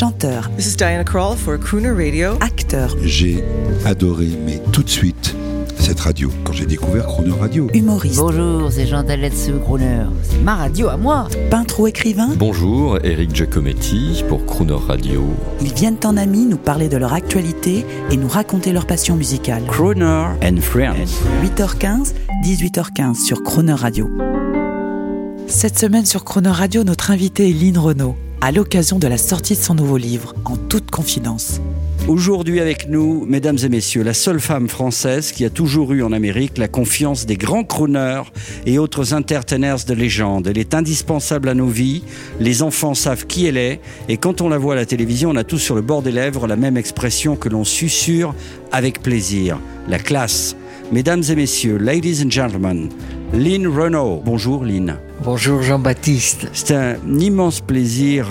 chanteur. This is Diana Krall for Crooner Radio. Acteur. J'ai adoré, mais tout de suite, cette radio, quand j'ai découvert Crooner Radio. Humoriste. Bonjour, c'est Jean Daletz, Crooner. C'est ma radio à moi. Peintre ou écrivain. Bonjour, Eric Giacometti pour Crooner Radio. Ils viennent en amis nous parler de leur actualité et nous raconter leur passion musicale. Crooner and Friends. 8h15, 18h15 sur Crooner Radio. Cette semaine sur Crooner Radio, notre invité est Lynn Renaud, à l'occasion de la sortie de son nouveau livre, En toute confidence. Aujourd'hui avec nous, mesdames et messieurs, la seule femme française qui a toujours eu en Amérique la confiance des grands crooners et autres entertainers de légende. Elle est indispensable à nos vies, les enfants savent qui elle est, et quand on la voit à la télévision, on a tous sur le bord des lèvres la même expression que l'on susurre avec plaisir, la classe. Mesdames et messieurs, ladies and gentlemen, Lynn Renaud. Bonjour Lynn. Bonjour Jean-Baptiste. C'est un immense plaisir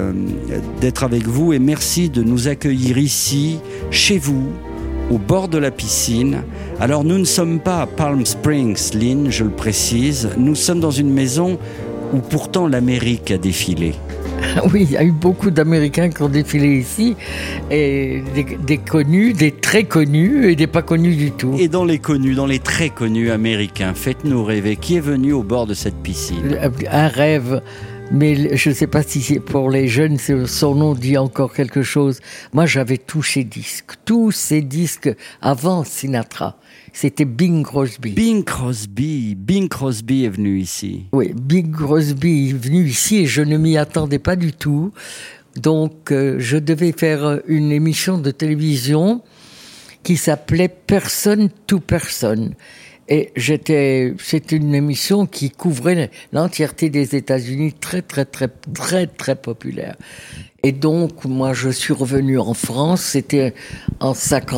d'être avec vous et merci de nous accueillir ici, chez vous, au bord de la piscine. Alors nous ne sommes pas à Palm Springs, Lynn, je le précise. Nous sommes dans une maison où pourtant l'Amérique a défilé. Oui, il y a eu beaucoup d'Américains qui ont défilé ici, et des connus, des très connus et des pas connus du tout. Et dans les connus, dans les très connus américains, faites-nous rêver. Qui est venu au bord de cette piscine ? Un rêve, mais je ne sais pas si pour les jeunes, son nom dit encore quelque chose. Moi, j'avais tous ces disques avant Sinatra. C'était Bing Crosby. Bing Crosby est venu ici. Oui, Bing Crosby est venu ici et je ne m'y attendais pas du tout. Donc, je devais faire une émission de télévision qui s'appelait Personne to Personne. Et c'était une émission qui couvrait l'entièreté des États-Unis, très populaire. Et donc, moi, je suis revenu en France. C'était en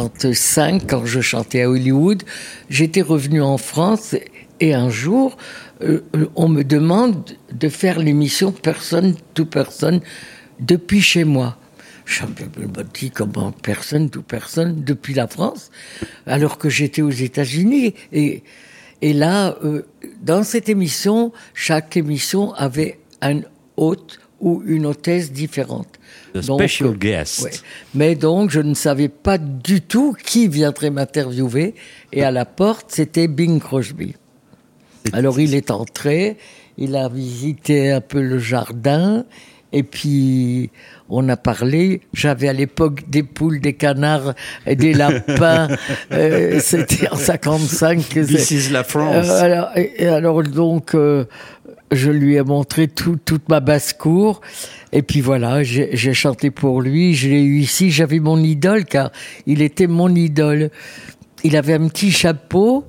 55, quand je chantais à Hollywood. J'étais revenu en France et un jour, on me demande de faire l'émission Personne to Personne depuis chez moi. Je me dis comment personne to personne depuis la France, alors que j'étais aux États-Unis. Et là, dans cette émission, chaque émission avait un hôte ou une hôtesse différente. Special guest. Ouais. Mais donc, je ne savais pas du tout qui viendrait m'interviewer. Et à la porte, c'était Bing Crosby. Alors, il est entré, il a visité un peu le jardin. Et puis, on a parlé. J'avais à l'époque des poules, des canards et des lapins. C'était en 55. This is la France. Alors, donc, je lui ai montré toute ma basse-cour. Et puis voilà, j'ai chanté pour lui. Je l'ai eu ici. J'avais mon idole, car il était mon idole. Il avait un petit chapeau.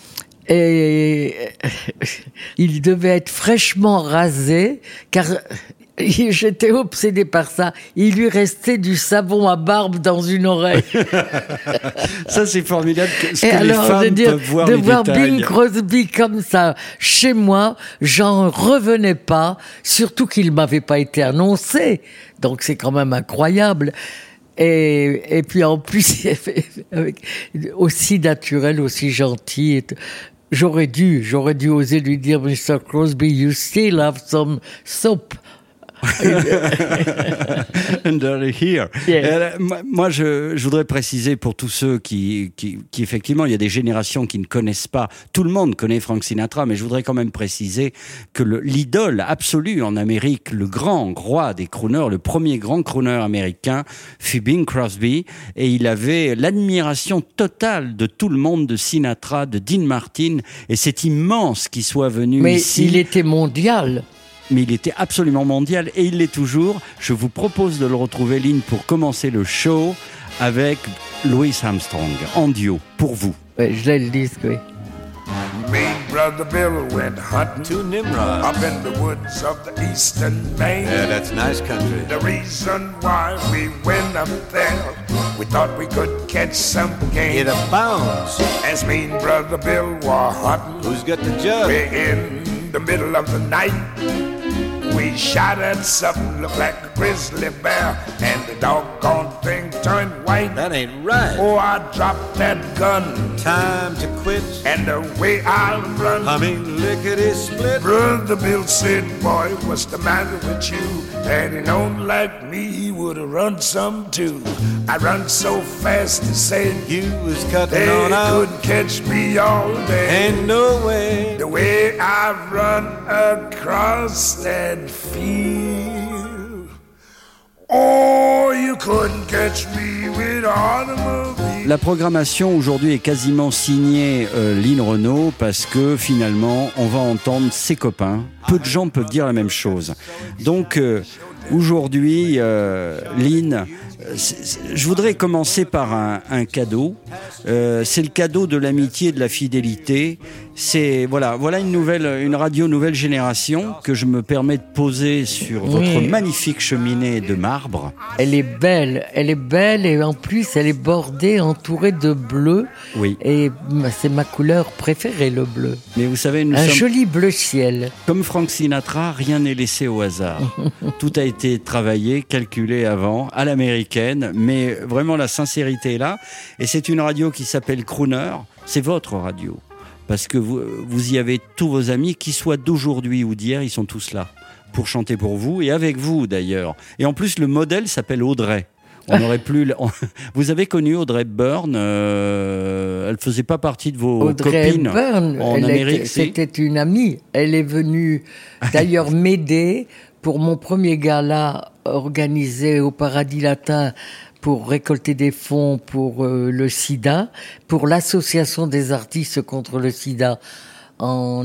Et il devait être fraîchement rasé, car j'étais obsédée par ça. Il lui restait du savon à barbe dans une oreille. Ça, c'est formidable. Ce et que alors, les femmes peuvent voir de les voir détails. Bing Crosby comme ça chez moi, j'en revenais pas. Surtout qu'il m'avait pas été annoncé. Donc c'est quand même incroyable. Et puis en plus, aussi naturel, aussi gentil. J'aurais dû oser lui dire, Mr. Crosby, you still have some soap. Under here. Yeah. Moi, je voudrais préciser pour tous ceux qui effectivement, il y a des générations qui ne connaissent pas. Tout le monde connaît Frank Sinatra, mais je voudrais quand même préciser que l'idole absolue en Amérique, le grand roi des crooners, le premier grand crooner américain, fut Bing Crosby, et il avait l'admiration totale de tout le monde, de Sinatra, de Dean Martin, et c'est immense qu'il soit venu ici. Mais il était mondial. Mais il était absolument mondial et il l'est toujours. Je vous propose de le retrouver, Lynn, pour commencer le show avec Louis Armstrong, en duo, pour vous. Ouais, je l'ai le disque, oui. Big brother Bill went hunting to Nimrod up in the woods of the eastern Maine. Yeah, that's nice country. The reason why we went up there, we thought we could catch some game. It abounds. As mean brother Bill was hunting, Who's got the jug? we're in the middle of the night. We He shot at something looked like a grizzly bear, and the doggone thing turned white. That ain't right. Oh, I dropped that gun, Time to quit. and the way I run. Humming lickety split. Brother Bill said, boy, what's the matter with you? Daddy known like me, he would've run some too. I run so fast, he said, You was cutting they on out. couldn't catch me all day. Ain't no way. The way I run across that field. Oh, you couldn't catch me with automobile. La programmation aujourd'hui est quasiment signée Lynn Renaud parce que finalement on va entendre ses copains. Peu de gens peuvent dire la même chose. Donc aujourd'hui, Lynn, je voudrais commencer par un cadeau. C'est le cadeau de l'amitié et de la fidélité. C'est voilà une radio nouvelle génération que je me permets de poser sur votre magnifique cheminée de marbre. Elle est belle et en plus elle est bordée, entourée de bleu. Oui. Et c'est ma couleur préférée, le bleu. Mais vous savez, nous Un sommes joli bleu ciel. comme Frank Sinatra, rien n'est laissé au hasard. Tout a été travaillé, calculé avant, à l'américaine, mais vraiment la sincérité est là. Et c'est une radio qui s'appelle Crooner. C'est votre radio. Parce que vous y avez tous vos amis, qu'ils soient d'aujourd'hui ou d'hier, ils sont tous là pour chanter pour vous et avec vous d'ailleurs. Et en plus, le modèle s'appelle Audrey. On aurait plus. Vous avez connu Audrey Hepburn. Elle faisait pas partie de vos Audrey copines Hepburn, en Amérique. c'était une amie. Elle est venue d'ailleurs m'aider pour mon premier gala organisé au Paradis Latin pour récolter des fonds pour le sida, pour l'association des artistes contre le sida. En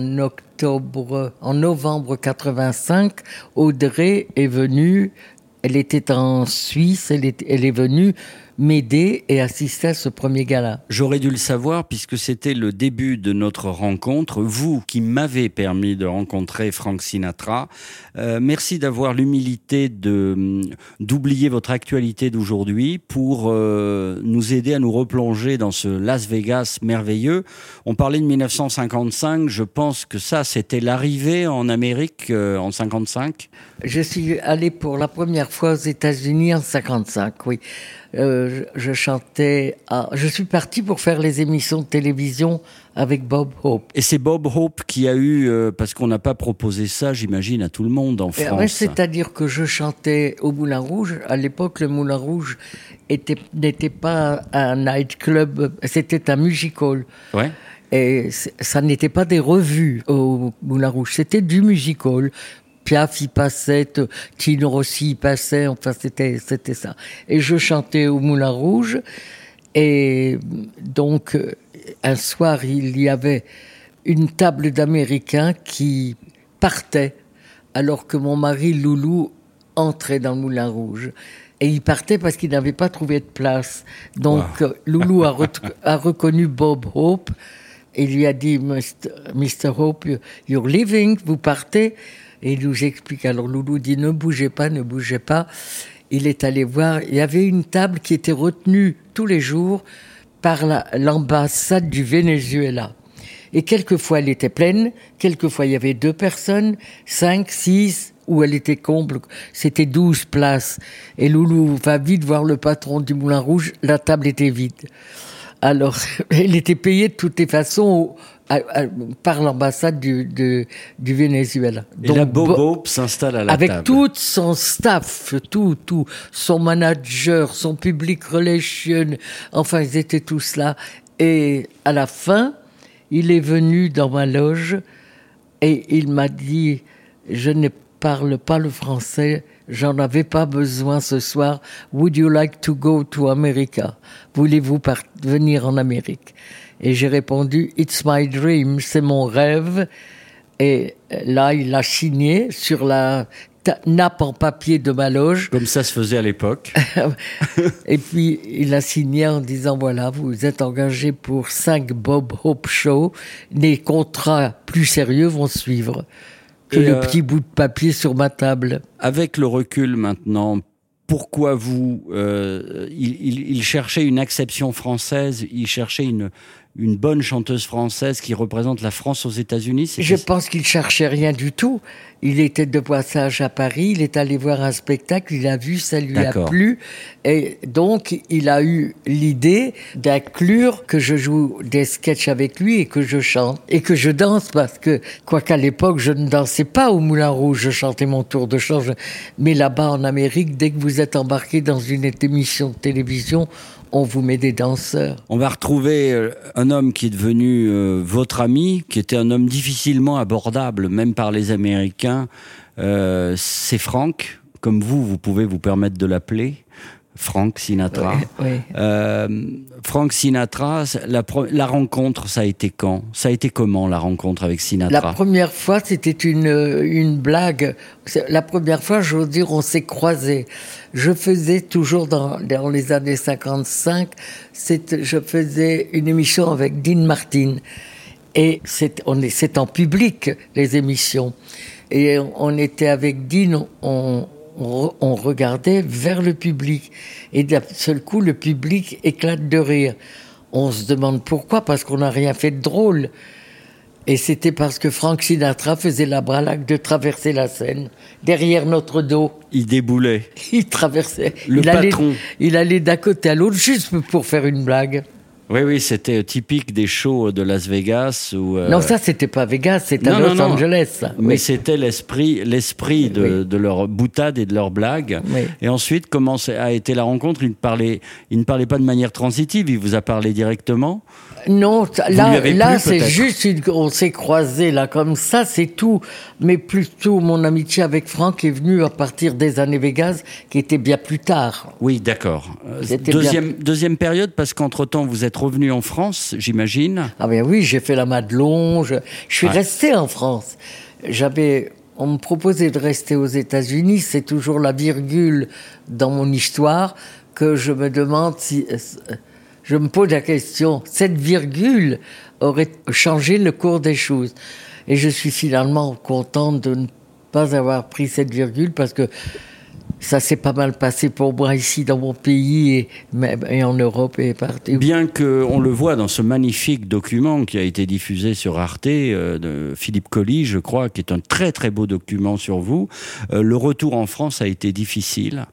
novembre 85, Audrey est venue. Elle était en Suisse, elle est venue m'aider et assister à ce premier gala. J'aurais dû le savoir puisque c'était le début de notre rencontre. Vous qui m'avez permis de rencontrer Frank Sinatra. Merci d'avoir l'humilité d'oublier votre actualité d'aujourd'hui pour nous aider à nous replonger dans ce Las Vegas merveilleux. On parlait de 1955. Je pense que ça, c'était l'arrivée en Amérique en 55. Je suis allé pour la première fois aux États-Unis en 55, oui. Je suis parti pour faire les émissions de télévision avec Bob Hope. Et c'est Bob Hope qui a eu, parce qu'on n'a pas proposé ça, j'imagine, à tout le monde en France. Ouais, c'est-à-dire que je chantais au Moulin Rouge. À l'époque, le Moulin Rouge n'était pas un nightclub, c'était un music hall. Ouais. Et ça n'était pas des revues au Moulin Rouge, c'était du music hall. Piaf y passait, Tino Rossi y passait, enfin c'était ça. Et je chantais au Moulin Rouge, et donc un soir il y avait une table d'Américains qui partait, alors que mon mari Loulou entrait dans le Moulin Rouge. Et il partait parce qu'il n'avait pas trouvé de place. Donc Loulou a reconnu Bob Hope, et lui a dit, Mr. Hope, you're leaving, vous partez. Et il nous explique. Alors Loulou dit ne bougez pas. Il est allé voir. Il y avait une table qui était retenue tous les jours par l'ambassade du Venezuela. Et quelquefois elle était pleine, quelquefois il y avait 2 personnes, 5, 6, où elle était comble. C'était 12 places. Et Loulou va vite voir le patron du Moulin Rouge. La table était vide. Alors, elle était payée de toutes les façons par l'ambassade du Venezuela. Et donc, là, Bob Hope s'installe à la avec table. Avec tout son staff, tout, son manager, son public relation, enfin, ils étaient tous là. Et à la fin, il est venu dans ma loge et il m'a dit, je ne parle pas le français, j'en avais pas besoin ce soir. Would you like to go to America? Voulez-vous venir en Amérique? Et j'ai répondu, it's my dream, c'est mon rêve. Et là, il a signé sur la nappe en papier de ma loge. Comme ça se faisait à l'époque. Et puis, il a signé en disant, voilà, vous êtes engagé pour 5 Bob Hope Show. Les contrats plus sérieux vont suivre. Que le petit bout de papier sur ma table. Avec le recul maintenant, pourquoi il cherchait une acception française, il cherchait une bonne chanteuse française qui représente la France aux États-Unis? Je pense qu'il cherchait rien du tout. Il était de passage à Paris, il est allé voir un spectacle, il a vu, ça lui a plu. Et donc, il a eu l'idée d'inclure que je joue des sketchs avec lui et que je chante. Et que je danse parce que, quoiqu'à l'époque, je ne dansais pas au Moulin Rouge, je chantais mon tour de chant. Mais là-bas, en Amérique, dès que vous êtes embarqué dans une émission de télévision, on vous met des danseurs. On va retrouver un homme qui est devenu votre ami, qui était un homme difficilement abordable, même par les Américains. C'est Frank, comme vous pouvez vous permettre de l'appeler. Frank Sinatra. Oui. Frank Sinatra, la rencontre, ça a été quand? Ça a été comment, la rencontre avec Sinatra? La première fois, c'était une blague. La première fois, je veux dire, on s'est croisés. Je faisais toujours dans les années 55, je faisais une émission avec Dean Martin. Et c'est en public, les émissions. Et on était avec Dean, on regardait vers le public. Et d'un seul coup, le public éclate de rire. On se demande pourquoi, parce qu'on n'a rien fait de drôle. Et c'était parce que Frank Sinatra faisait la bralague de traverser la scène, derrière notre dos. Il déboulait. Il traversait. Patron. Il allait d'un côté à l'autre juste pour faire une blague. Oui, c'était typique des shows de Las Vegas. Non, ça, c'était pas Vegas, c'était à Los Angeles. Ça. Mais oui. C'était l'esprit de leur boutade et de leur blague. Oui. Et ensuite, comment a été la rencontre? Il ne parlait pas de manière transitive, il vous a parlé directement? Non, là, c'est peut-être. juste on s'est croisés là comme ça, c'est tout. Mais plutôt mon amitié avec Franck est venue à partir des années Vegas, qui était bien plus tard. Oui, d'accord. Deuxième période, parce qu'entre-temps, vous êtes revenu en France, j'imagine. Ah ben oui, j'ai fait la Madelon, je suis resté en France. On me proposait de rester aux États-Unis, c'est toujours la virgule dans mon histoire que je me demande si... Je me pose la question, cette virgule aurait changé le cours des choses. Et je suis finalement contente de ne pas avoir pris cette virgule parce que ça s'est pas mal passé pour moi ici dans mon pays et en Europe et partout. Bien qu'on le voit dans ce magnifique document qui a été diffusé sur Arte, de Philippe Colli, je crois, qui est un très très beau document sur vous, le retour en France a été difficile.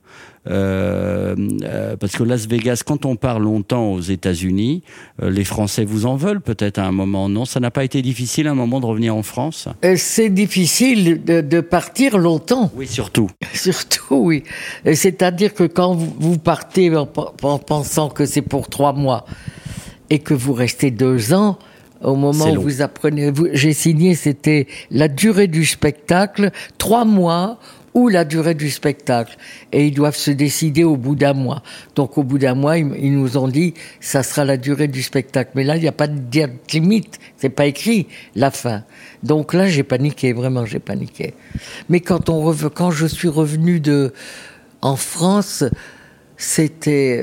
Parce que Las Vegas, quand on part longtemps aux États-Unis, les Français vous en veulent peut-être à un moment, non? Ça n'a pas été difficile à un moment de revenir en France? C'est difficile de partir longtemps. Oui, surtout. Surtout, oui. C'est-à-dire que quand vous partez en pensant que c'est pour 3 mois et que vous restez 2 ans, au moment où vous apprenez, j'ai signé, c'était la durée du spectacle, 3 mois, ou la durée du spectacle. Et ils doivent se décider au bout d'1 mois. Donc au bout d'1 mois, ils nous ont dit, ça sera la durée du spectacle. Mais là, il n'y a pas de date limite. C'est pas écrit, la fin. Donc là, j'ai paniqué, vraiment, j'ai paniqué. Mais quand je suis revenu en France, c'était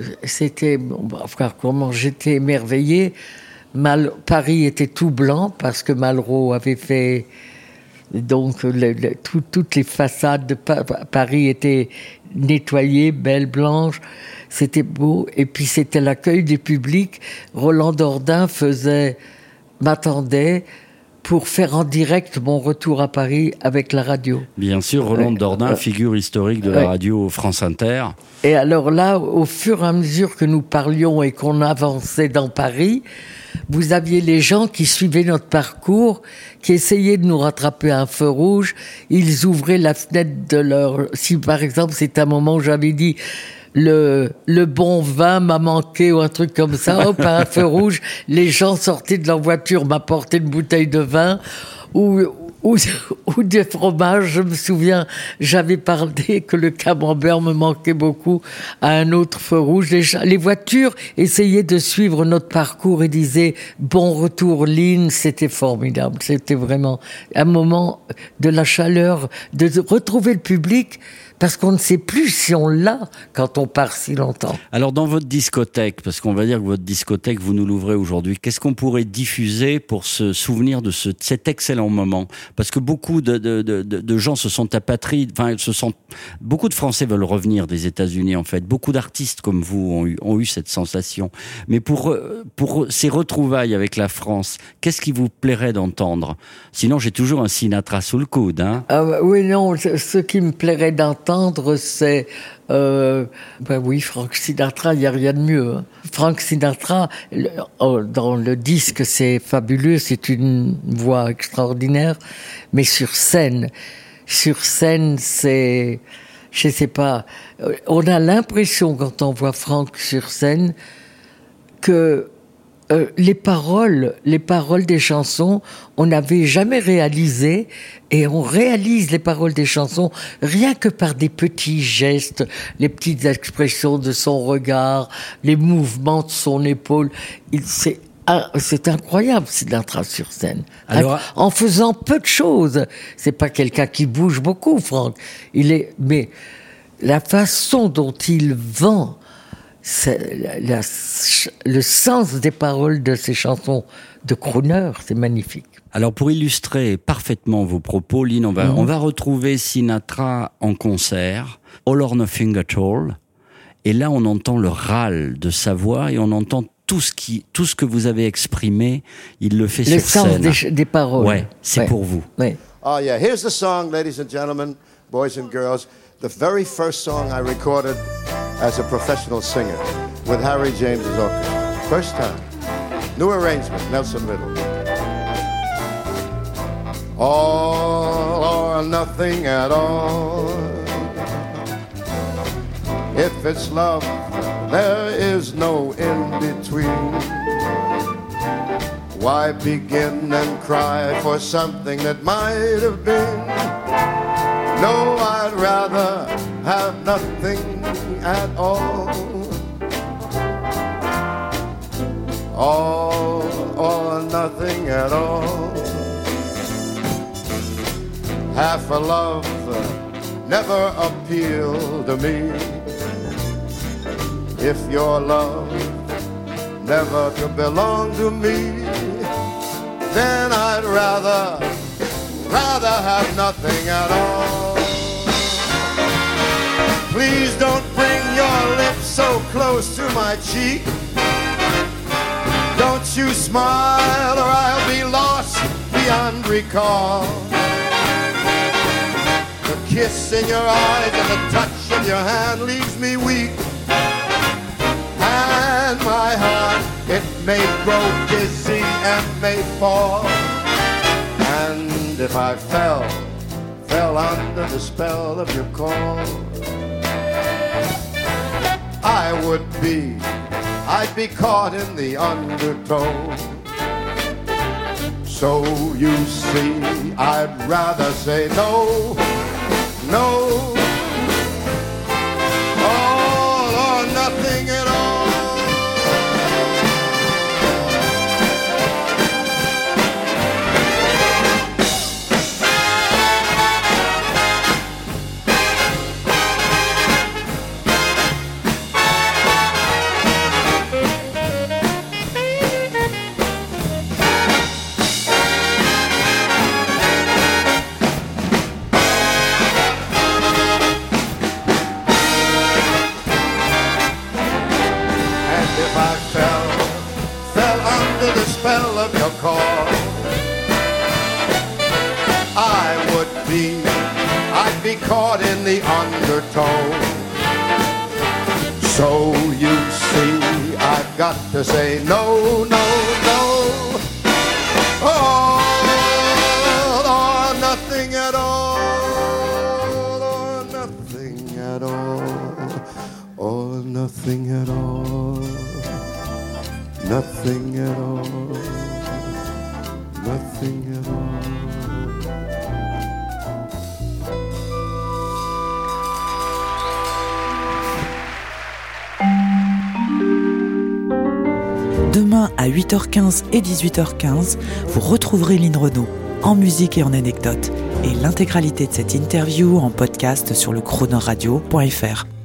comment j'étais émerveillé. Paris était tout blanc parce que Malraux avait fait... Donc, toutes les façades de Paris étaient nettoyées, belles, blanches. C'était beau. Et puis, c'était l'accueil du public. Roland Dordain m'attendait pour faire en direct mon retour à Paris avec la radio. Bien sûr, Roland Dordain, figure historique de la radio France Inter. Et alors là, au fur et à mesure que nous parlions et qu'on avançait dans Paris, vous aviez les gens qui suivaient notre parcours, qui essayaient de nous rattraper à un feu rouge. Ils ouvraient la fenêtre de leur... Si par exemple, c'est un moment où j'avais dit le bon vin m'a manqué ou un truc comme ça, hop, à un feu rouge, les gens sortaient de leur voiture, m'apportaient une bouteille de vin ou de fromage. Je me souviens, j'avais parlé que le camembert me manquait beaucoup à un autre feu rouge. Les voitures essayaient de suivre notre parcours et disaient « Bon retour, Lynn », c'était formidable. C'était vraiment un moment de la chaleur, de retrouver le public, parce qu'on ne sait plus si on l'a quand on part si longtemps. Alors dans votre discothèque, parce qu'on va dire que votre discothèque, vous nous l'ouvrez aujourd'hui, qu'est-ce qu'on pourrait diffuser pour se souvenir de cet excellent moment? Parce que beaucoup de gens se sont apatrides, beaucoup de Français veulent revenir des États-Unis, en fait. Beaucoup d'artistes comme vous ont eu cette sensation. Mais pour ces retrouvailles avec la France, qu'est-ce qui vous plairait d'entendre? Sinon, j'ai toujours un Sinatra sous le coude, hein. Oui, non, ce qui me plairait d'entendre, c'est... oui, Frank Sinatra, il n'y a rien de mieux. Hein. Frank Sinatra, dans le disque, c'est fabuleux, c'est une voix extraordinaire, mais sur scène, c'est... Je sais pas, on a l'impression, quand on voit Frank sur scène, que les paroles des chansons, on n'avait jamais réalisé, et on réalise les paroles des chansons rien que par des petits gestes, les petites expressions de son regard, les mouvements de son épaule. C'est incroyable, Sinatra sur scène. Alors, en faisant peu de choses. C'est pas quelqu'un qui bouge beaucoup, Franck. Mais la façon dont il vend le sens des paroles de ses chansons de crooner, c'est magnifique. Alors pour illustrer parfaitement vos propos, Lynn, on va retrouver Sinatra en concert, All or Nothing at All, et là on entend le râle de sa voix et on entend tout ce que vous avez exprimé, il le fait sur scène. Le sens des paroles. Ouais, c'est pour vous. Ouais. Oh yeah, here's the song, ladies and gentlemen, boys and girls. The very first song I recorded as a professional singer with Harry James's orchestra. First time. New arrangement, Nelson Riddle. All or nothing at all. If it's love, there is no in-between. Why begin and cry for something that might have been? No, I'd rather have nothing at all. All or nothing at all. Half a love never appealed to me. If your love never could belong to me, then I'd rather have nothing at all. Please don't bring your lips so close to my cheek. Don't you smile or I'll be lost beyond recall. The kiss in your eyes and the touch of your hand leaves me weak. And my heart, it may grow dizzy and may fall. And if I fell under the spell of your call, I'd be caught in the undertow. So you see, I'd rather say no, no, all or nothing at all. I'd be caught in the undertow. So you see, I've got to say no, no, no. All or nothing at all. Or nothing at all. Or nothing at all. Nothing at all. Nothing at all. Demain à 8h15 et 18h15, vous retrouverez Lynn Renaud en musique et en anecdotes. Et l'intégralité de cette interview en podcast sur le chronoradio.fr.